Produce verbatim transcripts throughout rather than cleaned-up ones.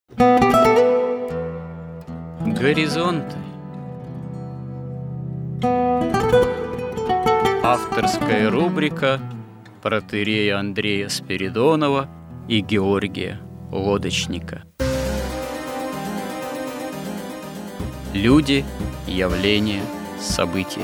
Горизонты. Авторская рубрика протоиерея Андрея Спиридонова и Георгия Лодочника. Люди, явления, события.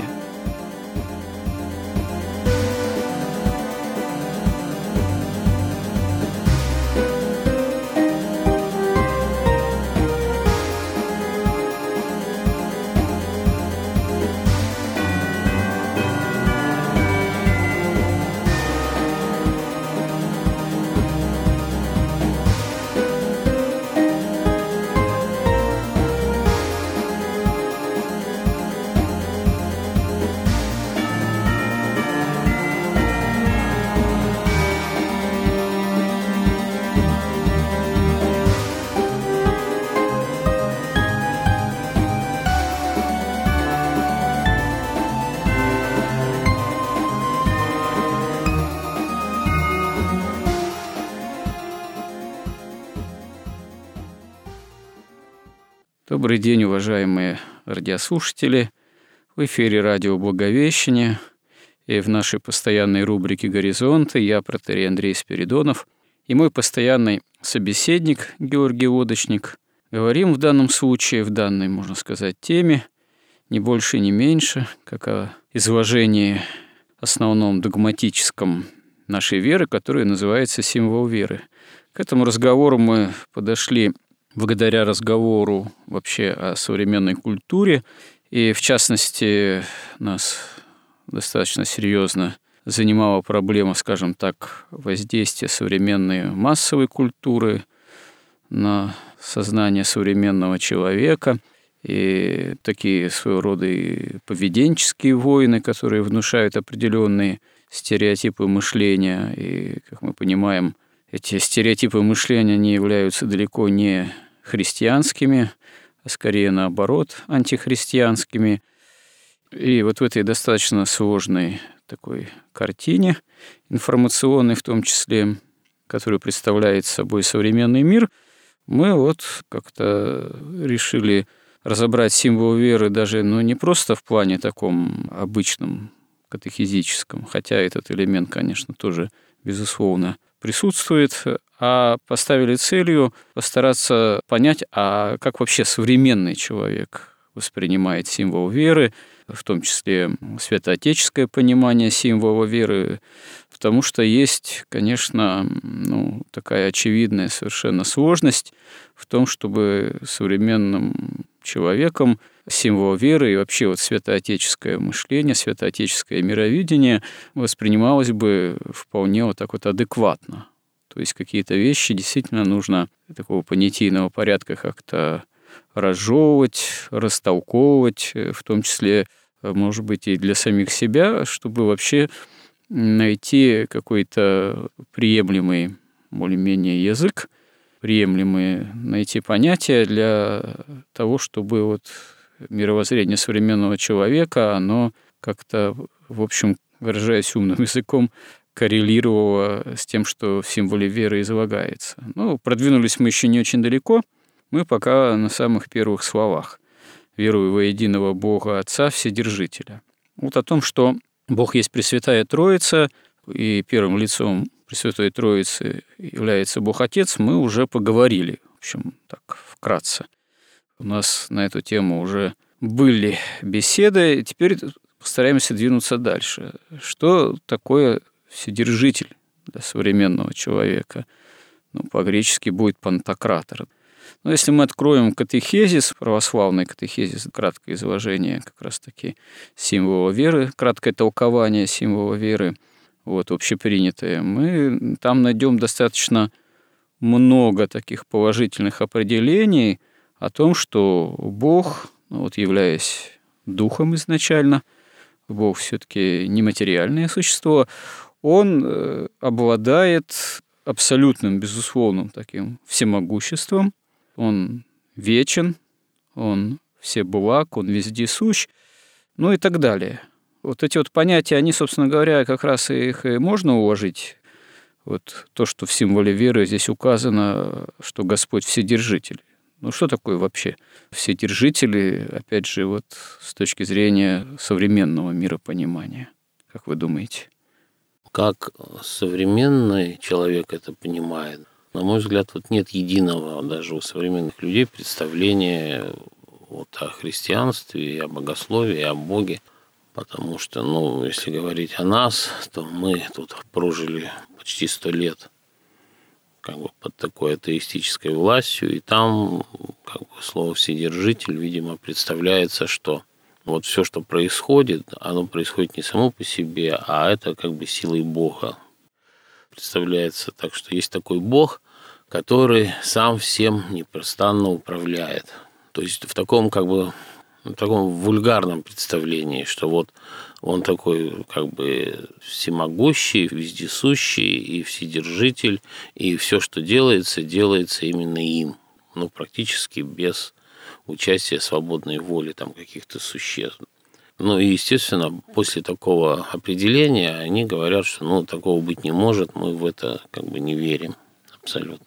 Добрый день, уважаемые радиослушатели. В эфире радио «Благовещение» и в нашей постоянной рубрике «Горизонты» я, протоиерей Андрей Спиридонов, и мой постоянный собеседник Георгий Лодочник. Говорим в данном случае, в данной, можно сказать, теме, не больше, не меньше, как о изложении основном догматическом нашей веры, которая называется «Символ веры». К этому разговору мы подошли благодаря разговору вообще о современной культуре, и в частности нас достаточно серьезно занимала проблема, скажем так, воздействия современной массовой культуры на сознание современного человека, и такие своего рода и поведенческие войны, которые внушают определенные стереотипы мышления, и, как мы понимаем, эти стереотипы мышления не являются далеко не христианскими, а скорее наоборот, антихристианскими. И вот в этой достаточно сложной такой картине, информационной в том числе, которую представляет собой современный мир, мы вот как-то решили разобрать символ веры даже, ну, не просто в плане таком обычном, катехизическом, хотя этот элемент, конечно, тоже, безусловно, присутствует, а поставили целью постараться понять, а как вообще современный человек воспринимает символ веры, в том числе святоотеческое понимание символа веры, потому что есть, конечно, ну, такая очевидная совершенно сложность в том, чтобы современным человеком символ веры и вообще вот святоотеческое мышление, святоотеческое мировидение воспринималось бы вполне вот так вот адекватно. То есть какие-то вещи действительно нужно такого понятийного порядка как-то разжевывать, растолковывать, в том числе, может быть, и для самих себя, чтобы вообще найти какой-то приемлемый, более-менее язык, приемлемые найти понятия для того, чтобы вот мировоззрение современного человека, оно как-то, в общем, выражаясь умным языком, коррелировало с тем, что в символе веры излагается. Ну, продвинулись мы еще не очень далеко. Мы пока на самых первых словах. «Верую во единого Бога Отца Вседержителя». Вот о том, что Бог есть Пресвятая Троица, и первым лицом Пресвятой Троицы является Бог Отец, мы уже поговорили. В общем, так, вкратце. У нас на эту тему уже были беседы, и теперь постараемся двинуться дальше. Что такое Вседержитель для современного человека? Ну, по-гречески будет пантократор. Но если мы откроем катехезис, православный катехезис, краткое изложение как раз-таки символа веры, краткое толкование символа веры, вот, общепринятое, мы там найдем достаточно много таких положительных определений о том, что Бог, ну, вот, являясь духом изначально, Бог все-таки нематериальное существо, Он обладает абсолютным, безусловным таким всемогуществом, Он вечен, Он всеблаг, Он вездесущ, ну и так далее. Вот эти вот понятия, они, собственно говоря, как раз их и можно уложить Вот то, что в символе веры здесь указано, что Господь Вседержитель. Ну, что такое вообще Вседержители, опять же, вот с точки зрения современного миропонимания? Как вы думаете? Как современный человек это понимает? На мой взгляд, вот нет единого даже у современных людей представления вот о христианстве, и о богословии, и о Боге. Потому что, ну, если говорить о нас, то мы тут прожили почти сто лет как бы под такой атеистической властью, и там как бы слово «вседержитель», видимо, представляется, что вот все, что происходит, оно происходит не само по себе, а это как бы силой Бога. Представляется так, что есть такой Бог, который сам всем непрестанно управляет. То есть в таком как бы в таком вульгарном представлении, что вот он такой как бы всемогущий, вездесущий и вседержитель, и все, что делается, делается именно им, ну, практически без участия свободной воли там каких-то существ. Ну и, естественно, после такого определения они говорят, что ну, такого быть не может, мы в это как бы не верим абсолютно.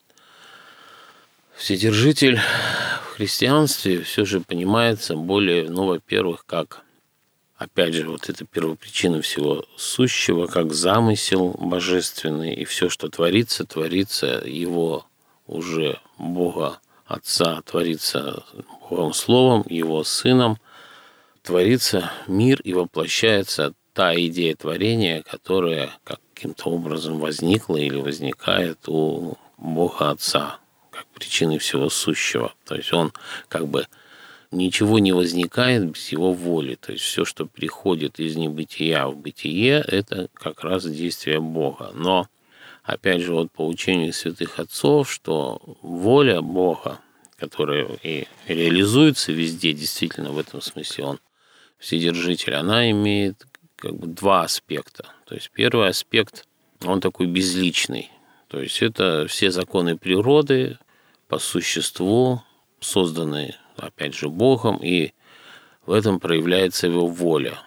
Вседержитель в христианстве все же понимается более, ну, во-первых, как, опять же, вот это первопричина всего сущего, как замысел божественный, и все, что творится, творится его уже Бога Отца, творится Богом Словом, Его Сыном, творится мир и воплощается та идея творения, которая каким-то образом возникла или возникает у Бога Отца, как причины всего сущего. То есть он как бы ничего не возникает без его воли. То есть все, что приходит из небытия в бытие, это как раз действие Бога. Но, опять же, вот по учению святых отцов, что воля Бога, которая и реализуется везде, действительно, в этом смысле он вседержитель, она имеет как бы два аспекта. То есть первый аспект, он такой безличный. То есть это все законы природы по существу созданы, опять же, Богом, и в этом проявляется его воля.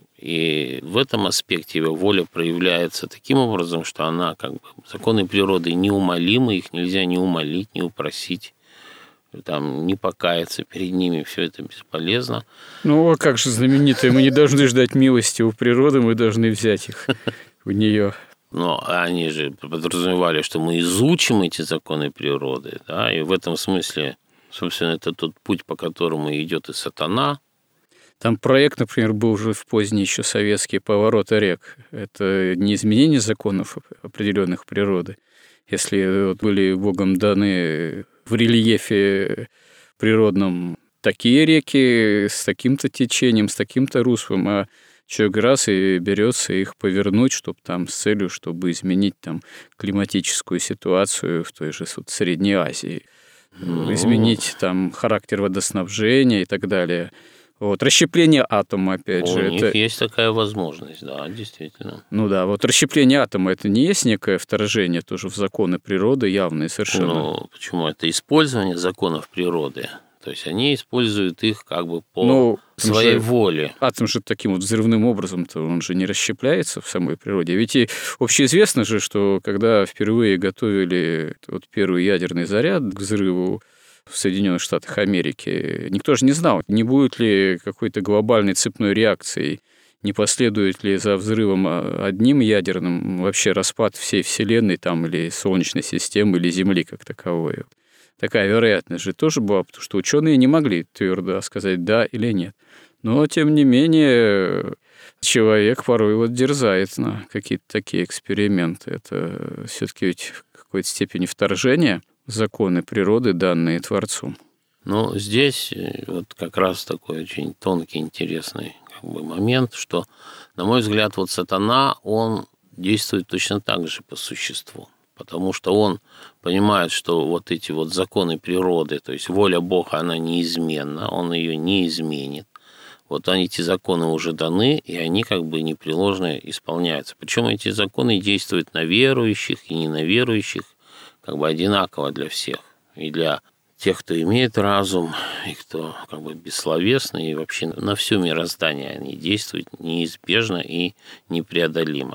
И в этом аспекте его воля проявляется таким образом, что она как бы законы природы неумолимы, их нельзя ни умолить, ни упросить, там, не покаяться перед ними, все это бесполезно. Ну, а как же знаменитые, мы не должны ждать милости у природы, мы должны взять их у нее. Но они же подразумевали, что мы изучим эти законы природы, да, и в этом смысле, собственно, это тот путь, по которому идет и сатана. Там проект, например, был уже в поздние еще советские повороты рек. Это не изменение законов определенных природы. Если были Богом даны в рельефе природном такие реки с таким-то течением, с таким-то руслом, а человек раз и берется их повернуть, чтобы там с целью, чтобы изменить там климатическую ситуацию в той же вот, Средней Азии, ну, изменить там характер водоснабжения и так далее. Вот, расщепление атома, опять У же. них это... есть такая возможность, да, действительно. Ну да, вот расщепление атома, это не есть некое вторжение тоже в законы природы, явное совершенно? Ну, почему? Это использование законов природы. То есть они используют их как бы по ну, своей же, воле. Атом же таким вот взрывным образом-то он же не расщепляется в самой природе. Ведь и общеизвестно же, что когда впервые готовили вот первый ядерный заряд к взрыву в Соединенных Штатах Америки, никто же не знал, не будет ли какой-то глобальной цепной реакции, не последует ли за взрывом одним ядерным вообще распад всей Вселенной там, или Солнечной системы, или Земли как таковой. Такая вероятность же тоже была, потому что ученые не могли твердо сказать да или нет. Но, тем не менее, человек порой вот дерзает на какие-то такие эксперименты. Это все-таки ведь в какой-то степени вторжение в законы природы, данные Творцом. Ну, здесь вот как раз такой очень тонкий, интересный как бы момент, что, на мой взгляд, вот сатана, он действует точно так же по существу. Потому что он понимает, что вот эти вот законы природы, то есть воля Бога, она неизменна, он ее не изменит. Вот они, эти законы уже даны, и они как бы непреложно исполняются. Причем эти законы действуют на верующих и не на верующих, как бы одинаково для всех. И для тех, кто имеет разум, и кто как бы бессловесный, и вообще на все мироздание они действуют неизбежно и непреодолимо.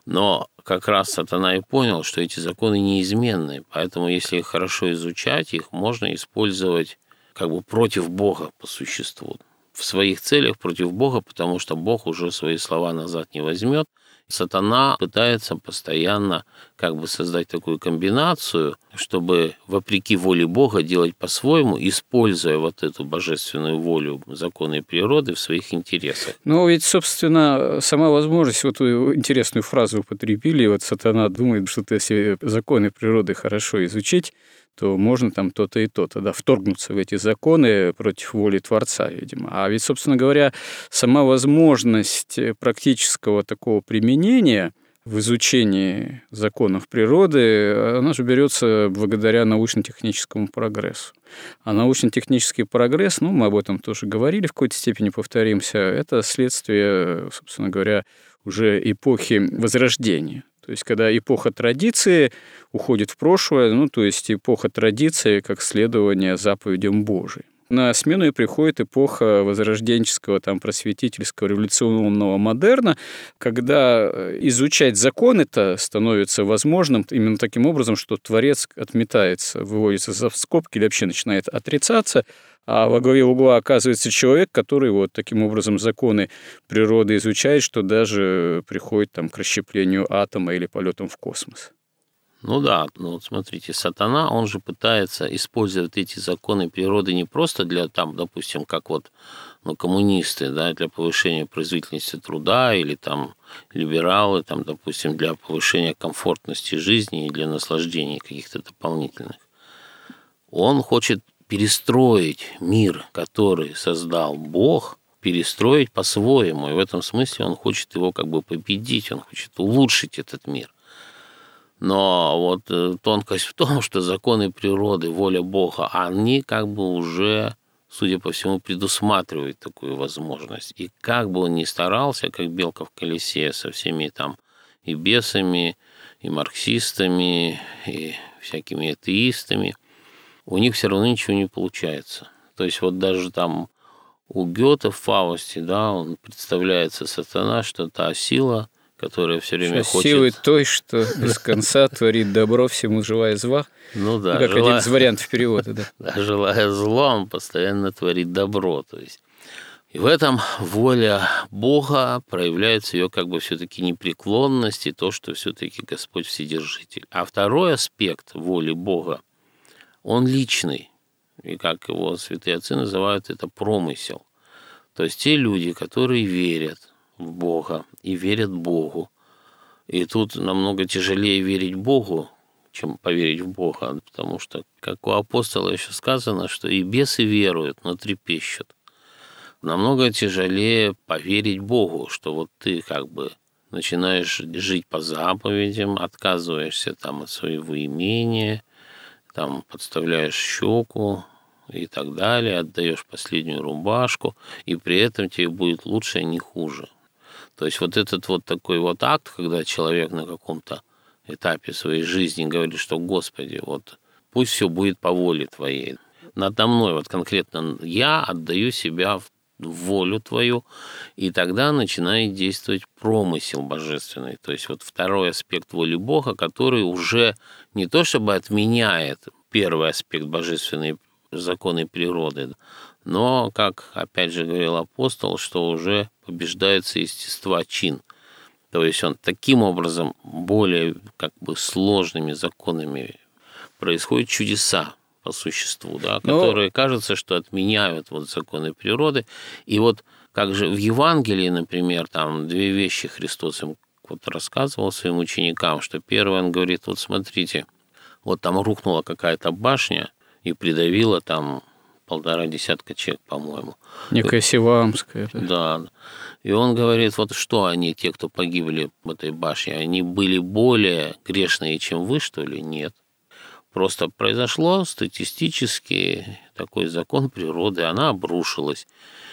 Но как раз сатана и понял, что эти законы неизменны, поэтому если их хорошо изучать, их можно использовать как бы против Бога по существу. В своих целях против Бога, потому что Бог уже свои слова назад не возьмет. Сатана пытается постоянно как бы создать такую комбинацию, чтобы вопреки воле Бога делать по-своему, используя вот эту божественную волю, законы природы в своих интересах. Ну, ведь, собственно, сама возможность, вот вы интересную фразу употребили, вот сатана думает, что если законы природы хорошо изучить, то можно там то-то и то-то, да, вторгнуться в эти законы против воли Творца, видимо. А ведь, собственно говоря, сама возможность практического такого применения в изучении законов природы, она же берется благодаря научно-техническому прогрессу. А научно-технический прогресс, ну, мы об этом тоже говорили, в какой-то степени повторимся, это следствие, собственно говоря, уже эпохи Возрождения. То есть, когда эпоха традиции уходит в прошлое, ну, то есть эпоха традиции как следование заповедям Божиим. На смену и приходит эпоха возрожденческого, там, просветительского, революционного модерна, когда изучать законы-то становится возможным именно таким образом, что Творец отметается, выводится за скобки или вообще начинает отрицаться, а во главе угла оказывается человек, который вот таким образом законы природы изучает, что даже приходит там, к расщеплению атома или полетам в космос. Ну да, ну вот смотрите, сатана, он же пытается использовать эти законы природы не просто для, там, допустим, как вот ну, коммунисты, да, для повышения производительности труда, или там либералы, там, допустим, для повышения комфортности жизни и для наслаждений каких-то дополнительных. Он хочет перестроить мир, который создал Бог, перестроить по-своему, и в этом смысле он хочет его как бы победить, он хочет улучшить этот мир. Но вот тонкость в том, что законы природы, воля Бога, они как бы уже, судя по всему, предусматривают такую возможность. И как бы он ни старался, как белка в колесе, со всеми там и бесами, и марксистами, и всякими атеистами, у них все равно ничего не получается. То есть вот даже там у Гёте в Фаусте, да, он представляется сатана, что та сила, которая все время Сейчас хочет... Силой той, что без конца творит добро всему, желая зла. Ну да. Ну, как желая... один из вариантов перевода, да. Да, желая зла, он постоянно творит добро. То есть. И в этом воля Бога проявляется ее как бы все-таки непреклонность и то, что все-таки Господь Вседержитель. А второй аспект воли Бога, он личный. И как его святые отцы называют, это промысел. То есть те люди, которые верят в Бога и верят Богу. И тут намного тяжелее верить Богу, чем поверить в Бога, потому что, как у апостола еще сказано, что и бесы веруют, но трепещут. Намного тяжелее поверить Богу, что вот ты как бы начинаешь жить по заповедям, отказываешься там от своего имения, там подставляешь щеку и так далее, отдаешь последнюю рубашку, и при этом тебе будет лучше, а не хуже. То есть вот этот вот такой вот акт, когда человек на каком-то этапе своей жизни говорит, что «Господи, вот пусть все будет по воле Твоей». Надо мной вот конкретно я отдаю себя в волю Твою, и тогда начинает действовать промысел божественный. То есть вот второй аспект воли Бога, который уже не то чтобы отменяет первый аспект божественной законы природы, но, как опять же говорил апостол, что уже побеждается естества чин. То есть он таким образом более как бы сложными законами происходят чудеса по существу, да, которые, но... кажется, что отменяют вот законы природы. И вот как же в Евангелии, например, там две вещи Христос им вот рассказывал своим ученикам, что первое, он говорит, вот смотрите, вот там рухнула какая-то башня и придавила там полтора десятка человек, по-моему. Некая Силаамская. Да. И он говорит, вот что они, те, кто погибли в этой башне, они были более грешные, чем вы, что ли? Нет. Просто произошло статистически такой закон природы, она обрушилась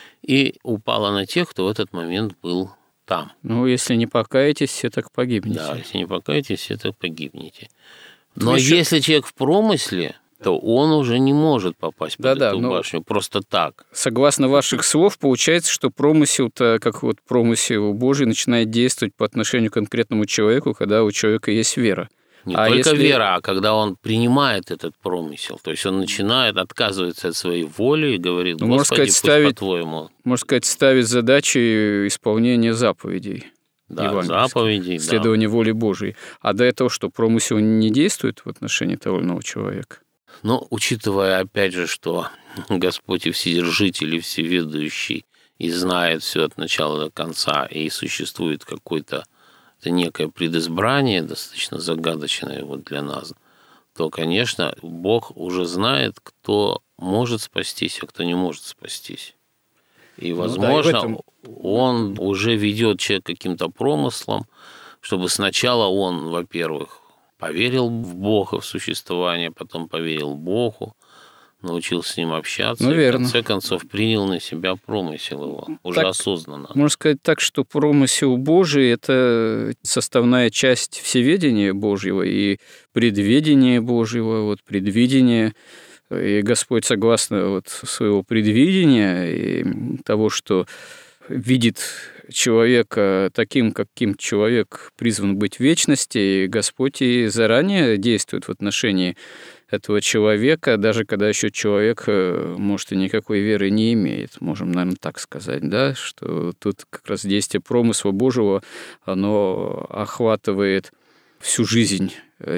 и упала на тех, кто в этот момент был там. Ну, если не покаетесь, все так погибнете. Да, если не покаетесь, все так погибнете. Но еще... если человек в промысле, то он уже не может попасть под Да-да, эту но башню просто так. Согласно ваших слов, получается, что промысел-то, как вот промысел Божий, начинает действовать по отношению к конкретному человеку, когда у человека есть вера. Не А только если... вера, а когда он принимает этот промысел. То есть он начинает, отказывается от своей воли и говорит: Ну, можно Господи, сказать, пусть ставить, по-твоему. можно сказать, ставить задачи исполнения заповедей. Да, евангельских, заповедей, следование да. воли Божией. А до этого что, промысел не действует в отношении того или иного человека? Но учитывая, опять же, что Господь и Вседержитель, и Всеведущий, и знает все от начала до конца, и существует какое-то это некое предизбрание, достаточно загадочное вот для нас, то, конечно, Бог уже знает, кто может спастись, а кто не может спастись. И, возможно, ну, да, и этом... он уже ведет человека каким-то промыслом, чтобы сначала он, во-первых, поверил в Бога, в существование, потом поверил Богу, научился с ним общаться, ну, и верно. в конце концов принял на себя промысел его, уже так, осознанно. Можно сказать так, что промысел Божий – это составная часть всеведения Божьего и предведения Божьего, вот, предвидения. И Господь, согласно вот своего предвидения и того, что видит человека таким, каким человек призван быть в вечности, и Господь и заранее действует в отношении этого человека, даже когда еще человек, может, и никакой веры не имеет. Можем, наверное, так сказать, да, что тут как раз действие промысла Божьего, оно охватывает всю жизнь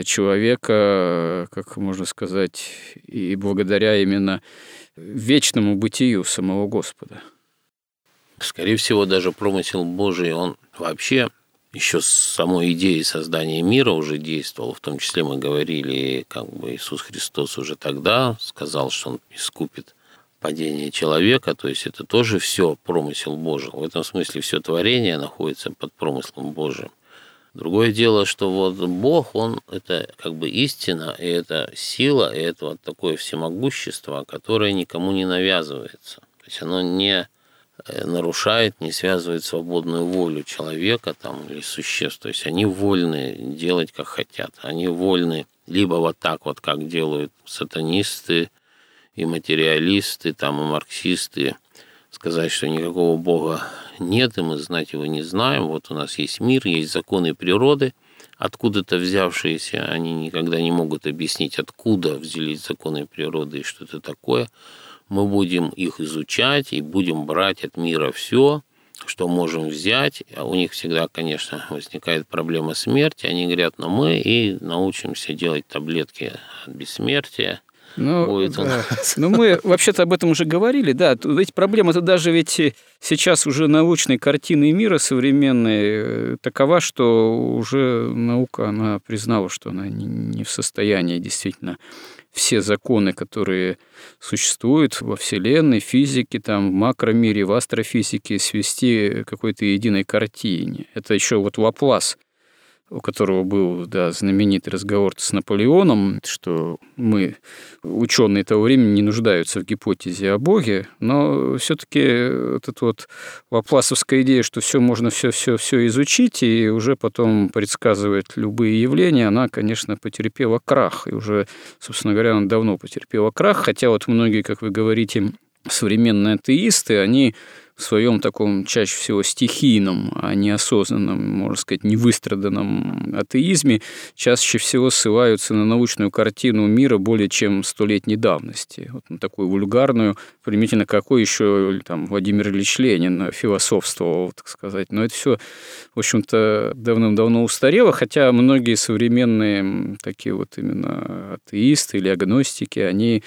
человека, как можно сказать, и благодаря именно вечному бытию самого Господа. Скорее всего, даже промысел Божий, он вообще еще с самой идеей создания мира уже действовал. В том числе мы говорили, как бы Иисус Христос уже тогда сказал, что Он искупит падение человека, то есть это тоже все промысел Божий. В этом смысле все творение находится под промыслом Божиим. Другое дело, что вот Бог, Он это как бы истина, и это сила, и это вот такое всемогущество, которое никому не навязывается. То есть оно не нарушает, не связывает свободную волю человека там, или существ. То есть они вольны делать, как хотят. Они вольны либо вот так вот, как делают сатанисты и материалисты, там, и марксисты, сказать, что никакого Бога нет, и мы знать его не знаем. Вот у нас есть мир, есть законы природы, откуда-то взявшиеся. Они никогда не могут объяснить, откуда взялись законы природы и что это такое. Мы будем их изучать и будем брать от мира все, что можем взять. А у них всегда, конечно, возникает проблема смерти. Они говорят, но мы и научимся делать таблетки от бессмертия. Ну, будет он... да. ну, мы вообще-то об этом уже говорили, да. Ведь проблема-то даже ведь сейчас уже научной картины мира современной такова, что уже наука, она признала, что она не в состоянии действительно все законы, которые существуют во Вселенной, физике, там, в макромире, в астрофизике, свести к какой-то единой картине. Это еще вот Лаплас, у которого был, да, знаменитый разговор с Наполеоном, что мы, ученые того времени, не нуждаются в гипотезе о Боге, но все-таки вот эта вот лапласовская идея, что все можно все-все-все изучить и уже потом предсказывать любые явления, она, конечно, потерпела крах. И уже, собственно говоря, она давно потерпела крах, хотя вот многие, как вы говорите, современные атеисты, они в своем таком чаще всего стихийном, а не осознанном, можно сказать, невыстраданном атеизме чаще всего ссылаются на научную картину мира более чем столетней давности. Вот на такую вульгарную, примитивно какой еще там Владимир Ильич Ленин философствовал, так сказать. Но это все, в общем-то, давным-давно устарело, хотя многие современные такие вот именно атеисты или агностики, они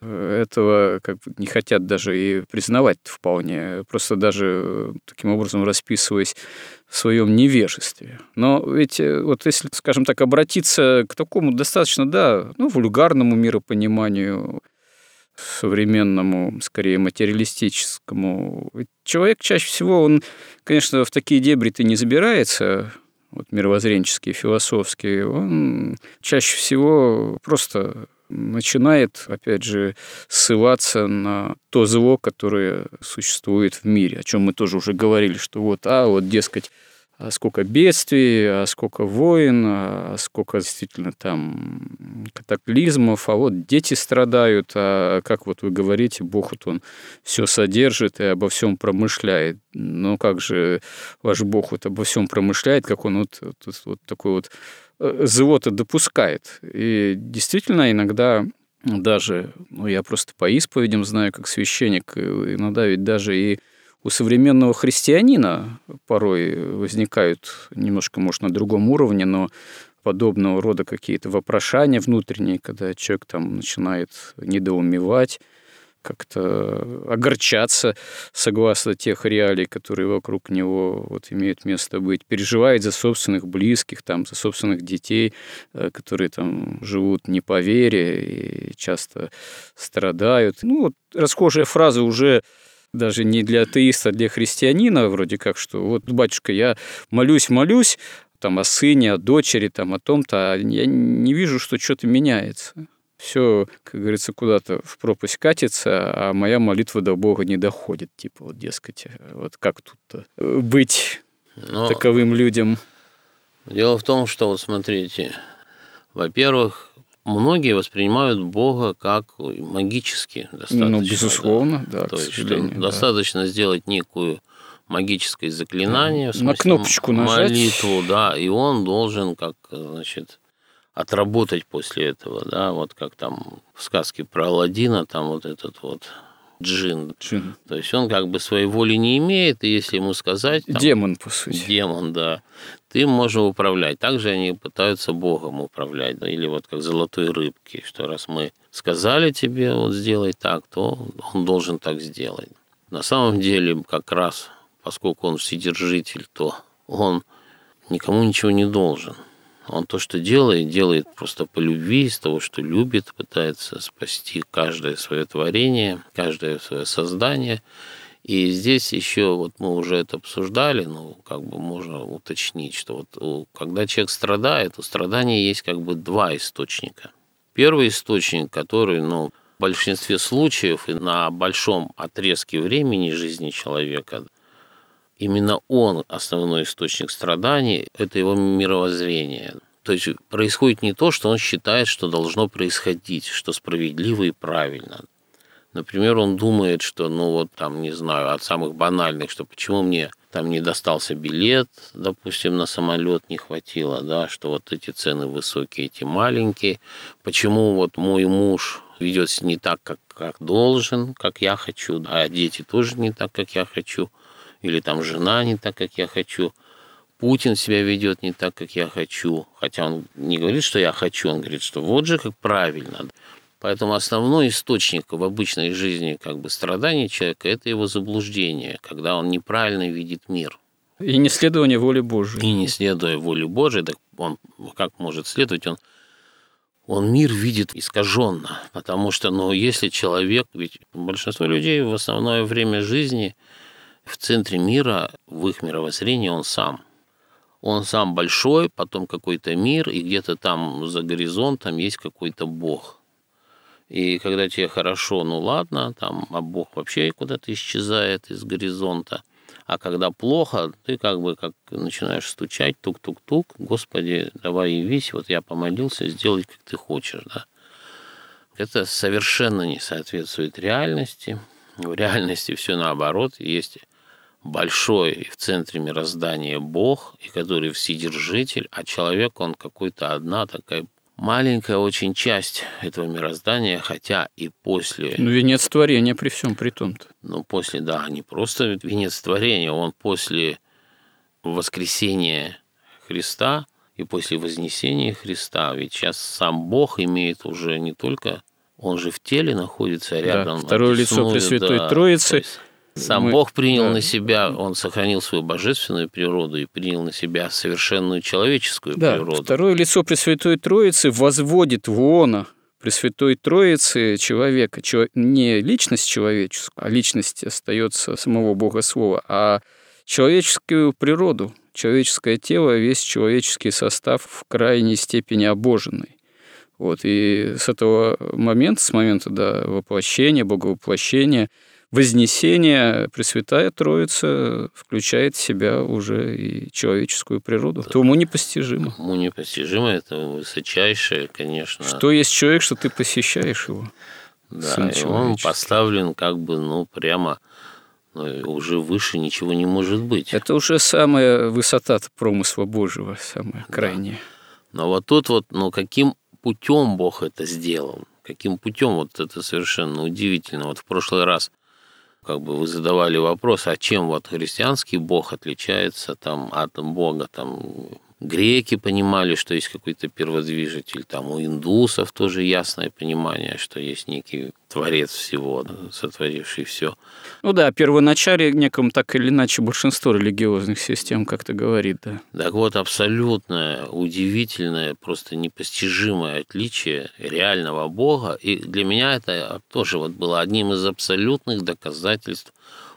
этого как бы не хотят даже и признавать вполне, просто даже таким образом расписываясь в своем невежестве. Но ведь вот если, скажем так, обратиться к такому достаточно, да, ну, вульгарному миропониманию, современному, скорее, материалистическому, человек чаще всего, он, конечно, в такие дебри-то не забирается, вот мировоззренческие, философские, он чаще всего просто начинает, опять же, ссылаться на то зло, которое существует в мире, о чем мы тоже уже говорили, что вот, а вот, дескать, а сколько бедствий, а сколько войн, а сколько действительно там катаклизмов, а вот дети страдают, а как вот вы говорите, Бог вот он все содержит и обо всем промышляет. Но как же ваш Бог вот обо всем промышляет, как он вот, вот, вот такой вот зло-то допускает. И действительно иногда даже, ну я просто по исповедям знаю, как священник, иногда ведь даже и у современного христианина порой возникают немножко, может, на другом уровне, но подобного рода какие-то вопрошания внутренние, когда человек там начинает недоумевать, как-то огорчаться согласно тех реалий, которые вокруг него вот имеют место быть, переживает за собственных близких, там, за собственных детей, которые там живут не по вере и часто страдают. Ну, вот расхожая фраза уже даже не для атеиста, а для христианина, вроде как, что вот, батюшка, я молюсь-молюсь там, о сыне, о дочери, там, о том-то, а я не вижу, что что-то меняется. Все, как говорится, куда-то в пропасть катится, а моя молитва до Бога не доходит. Типа, вот, дескать, вот как тут быть Но таковым людям? Дело в том, что, вот смотрите, во-первых, многие воспринимают Бога как магически достаточно. Ну, безусловно, да, да То к есть, да. достаточно сделать некую магическое заклинание, да. в смысле, на кнопочку нажать. молитву, да, и он должен, как, значит, отработать после этого, да, вот как там в сказке про Аладдина, там вот этот вот джин. джин. То есть он как бы своей воли не имеет, и если ему сказать... Там, демон, по сути. Демон, да. Ты можешь управлять. Также они пытаются Богом управлять. Или вот как золотой рыбки, что раз мы сказали тебе вот сделай так, то он должен так сделать. На самом деле, как раз, поскольку он вседержитель, то он никому ничего не должен. Он то, что делает, делает просто по любви, из того, что любит, пытается спасти каждое свое творение, каждое свое создание. И здесь еще, вот мы уже это обсуждали, ну, как бы можно уточнить, что вот когда человек страдает, у страдания есть как бы два источника. Первый источник, который, ну, в большинстве случаев и на большом отрезке времени жизни человека, именно он основной источник страданий, это его мировоззрение. То есть происходит не то, что он считает, что должно происходить, что справедливо и правильно. Например, он думает, что, ну вот там, не знаю, от самых банальных, что почему мне там не достался билет, допустим, на самолет не хватило, да, что вот эти цены высокие, эти маленькие, почему вот мой муж ведет себя не так, как, как должен, как я хочу, а дети тоже не так, как я хочу, или там жена не так, как я хочу, Путин себя ведет не так, как я хочу, хотя он не говорит, что я хочу, он говорит, что вот же как правильно. Поэтому основной источник в обычной жизни как бы страданий человека – это его заблуждение, когда он неправильно видит мир. И не следование воле Божией. И не следуя воле Божией, так он как может следовать? Он, он мир видит искаженно, потому что, ну, если человек, ведь большинство людей в основное время жизни в центре мира, в их мировоззрении он сам. Он сам большой, потом какой-то мир, и где-то там за горизонтом есть какой-то Бог. И когда тебе хорошо, ну ладно, там, а Бог вообще куда-то исчезает из горизонта. А когда плохо, ты как бы как начинаешь стучать, тук-тук-тук, Господи, давай явись, вот я помолился, сделай, как ты хочешь, да. Это совершенно не соответствует реальности. В реальности все наоборот. Есть большой в центре мироздания Бог, и который вседержитель, а человек, он какой-то одна такая маленькая очень часть этого мироздания, хотя и после... Ну, венец творения при всем при том-то. Ну, после, да, не просто венец творения, он после воскресения Христа и после вознесения Христа, ведь сейчас сам Бог имеет уже не только... Он же в теле находится рядом. Да, второе лицо Пресвятой да, Троицы. Сам Мы, Бог принял да. на себя, Он сохранил свою божественную природу и принял на себя совершенную человеческую да, природу. Второе лицо Пресвятой Троицы возводит в Иона Пресвятой Троицы человека, не личность человеческую, а личность остается самого Бога Слова, а человеческую природу, человеческое тело, весь человеческий состав в крайней степени обоженный. Вот, и с этого момента, с момента да, воплощения, боговоплощения, Вознесения Пресвятая Троица включает в себя уже и человеческую природу. Это уму непостижимо. Уму непостижимо, это высочайшее, конечно. Что есть человек, что ты посещаешь его? Да, и он поставлен как бы, ну, прямо, ну, уже выше ничего не может быть. Это уже самая высота промысла Божьего, самая крайняя. Да. Но вот тут вот, ну, каким путем Бог это сделал? Каким путем? Вот это совершенно удивительно. Вот в прошлый раз как бы вы задавали вопрос, а чем вот христианский Бог отличается там от Бога там. Греки понимали, что есть какой-то перводвижитель, там у индусов тоже ясное понимание, что есть некий творец всего, да, сотворивший все. Ну да, первоначале неком так или иначе большинство религиозных систем как-то говорит, да. Так вот, абсолютное, удивительное, просто непостижимое отличие реального Бога, и для меня это тоже вот было одним из абсолютных доказательств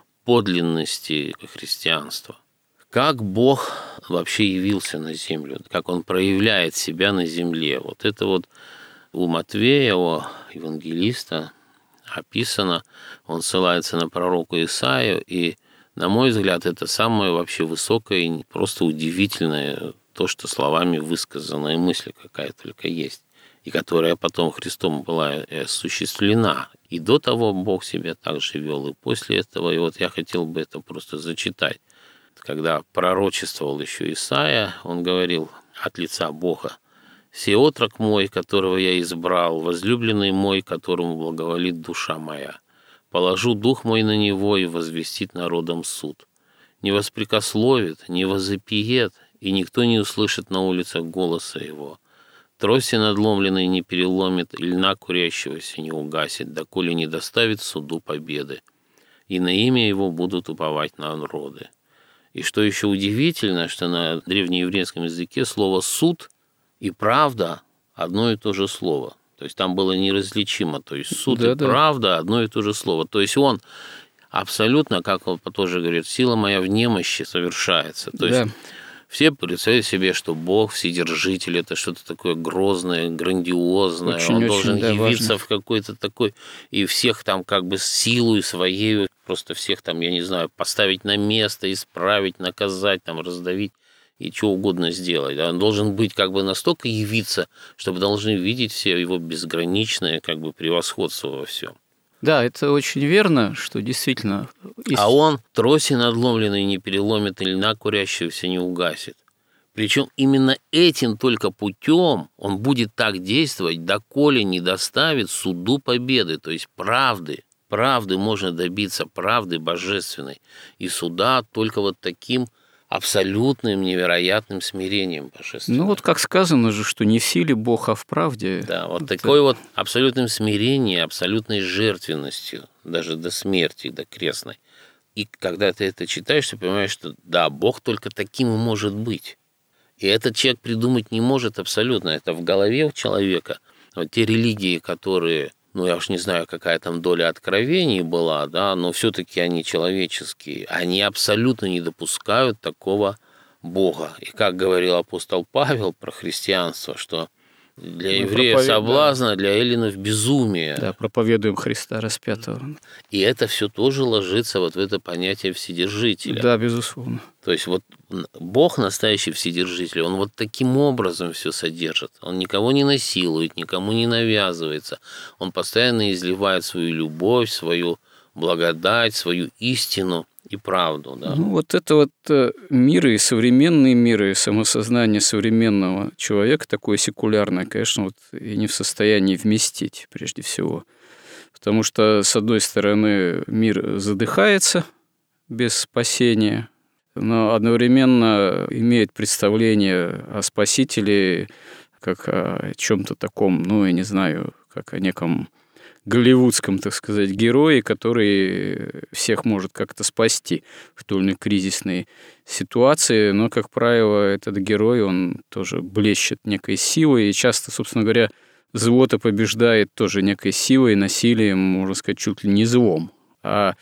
подлинности христианства. Как Бог вообще явился на землю, как Он проявляет себя на земле. Вот это вот у Матвея, у евангелиста описано, он ссылается на пророка Исаию, и, на мой взгляд, это самое вообще высокое и просто удивительное то, что словами высказанная мысль какая только есть, и которая потом Христом была осуществлена. И до того Бог себя так же вел, и после этого, и вот я хотел бы это просто зачитать. Когда пророчествовал еще Исаия, он говорил от лица Бога: «Се отрок мой, которого я избрал, возлюбленный мой, которому благоволит душа моя. Положу дух мой на него и возвестит народам суд. Не воспрекословит, не возопиет, и никто не услышит на улицах голоса его. Трости надломленной не переломит, и льна курящегося не угасит, доколе не доставит суду победы. И на имя его будут уповать народы». И что еще удивительно, что на древнееврейском языке слово «суд» и «правда» одно и то же слово. То есть там было неразличимо. То есть суд да, и да. правда одно и то же слово. То есть он абсолютно, как он тоже говорит, сила моя в немощи совершается. То да. есть все представляют себе, что Бог, Вседержитель, это что-то такое грозное, грандиозное. Очень, он очень, должен да, явиться важно. В какой-то такой, и всех там как бы силой своей, просто всех там, я не знаю, поставить на место, исправить, наказать, там, раздавить и что угодно сделать. Он должен быть как бы настолько явиться, чтобы должны видеть все его безграничное как бы превосходство во всем. Да, это очень верно, что действительно... А он троси надломленный не переломит, и льна курящегося не угасит. Причем именно этим только путем он будет так действовать, доколе не доставит суду победы, то есть правды. Правды можно добиться, правды божественной. И суда только вот таким абсолютным невероятным смирением божественным. Ну вот как сказано же, что не в силе Бог, а в правде. Да, вот это... такой вот абсолютным смирением, абсолютной жертвенностью, даже до смерти, до крестной. И когда ты это читаешь, ты понимаешь, что да, Бог только таким и может быть. И этот человек придумать не может абсолютно. Это в голове у человека. Вот те религии, которые... Ну, я уж не знаю, какая там доля откровений была, да, но все-таки они человеческие. Они абсолютно не допускают такого Бога. И как говорил апостол Павел про христианство, что для Мы евреев проповед... соблазна, да. Для эллинов безумие. Да, проповедуем Христа распятого. И это все тоже ложится вот в это понятие Вседержителя. Да, безусловно. То есть вот Бог, настоящий Вседержитель, он вот таким образом все содержит. Он никого не насилует, никому не навязывается. Он постоянно изливает свою любовь, свою благодать, свою истину и правду. Да. Ну, вот это вот мир и современный мир, и самосознание современного человека, такое секулярное, конечно, вот и не в состоянии вместить, прежде всего. Потому что, с одной стороны, мир задыхается без спасения, но одновременно имеет представление о Спасителе как о чем-то таком, ну, я не знаю, как о неком голливудском, так сказать, герое, который всех может как-то спасти в той или иной кризисной ситуации, но, как правило, этот герой, он тоже блещет некой силой, и часто, собственно говоря, зло-то побеждает тоже некой силой, насилием, можно сказать, чуть ли не злом. А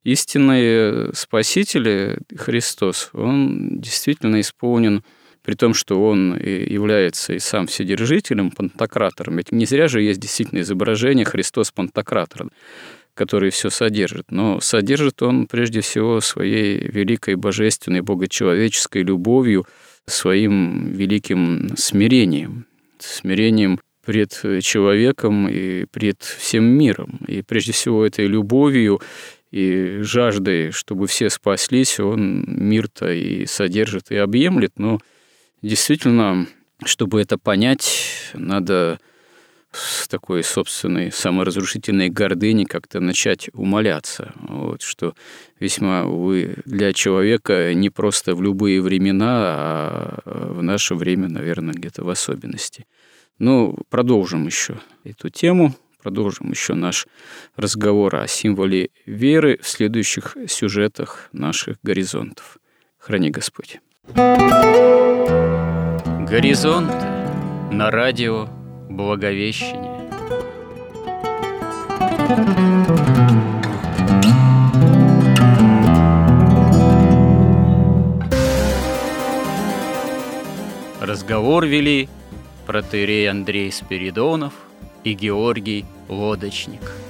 истинный Спаситель Христос, он действительно исполнен, при том, что он является и сам Вседержителем, Пантократором. Ведь не зря же есть действительно изображение Христос Пантократор. который все содержит. Но содержит он прежде всего своей великой божественной богочеловеческой любовью, своим великим смирением, смирением пред человеком и пред всем миром. И прежде всего этой любовью и жаждой, чтобы все спаслись, он мир-то и содержит, и объемлет. Но действительно, чтобы это понять, надо с такой собственной саморазрушительной гордыни как-то начать умаляться. Вот, что весьма, увы, для человека не просто в любые времена, а в наше время, наверное, где-то в особенности. Ну, продолжим еще эту тему, продолжим еще наш разговор о символе веры в следующих сюжетах наших горизонтов. Храни Господь. Горизонт на радио Благовещение. Разговор вели протоиерей Андрей Спиридонов и Георгий Лодочник.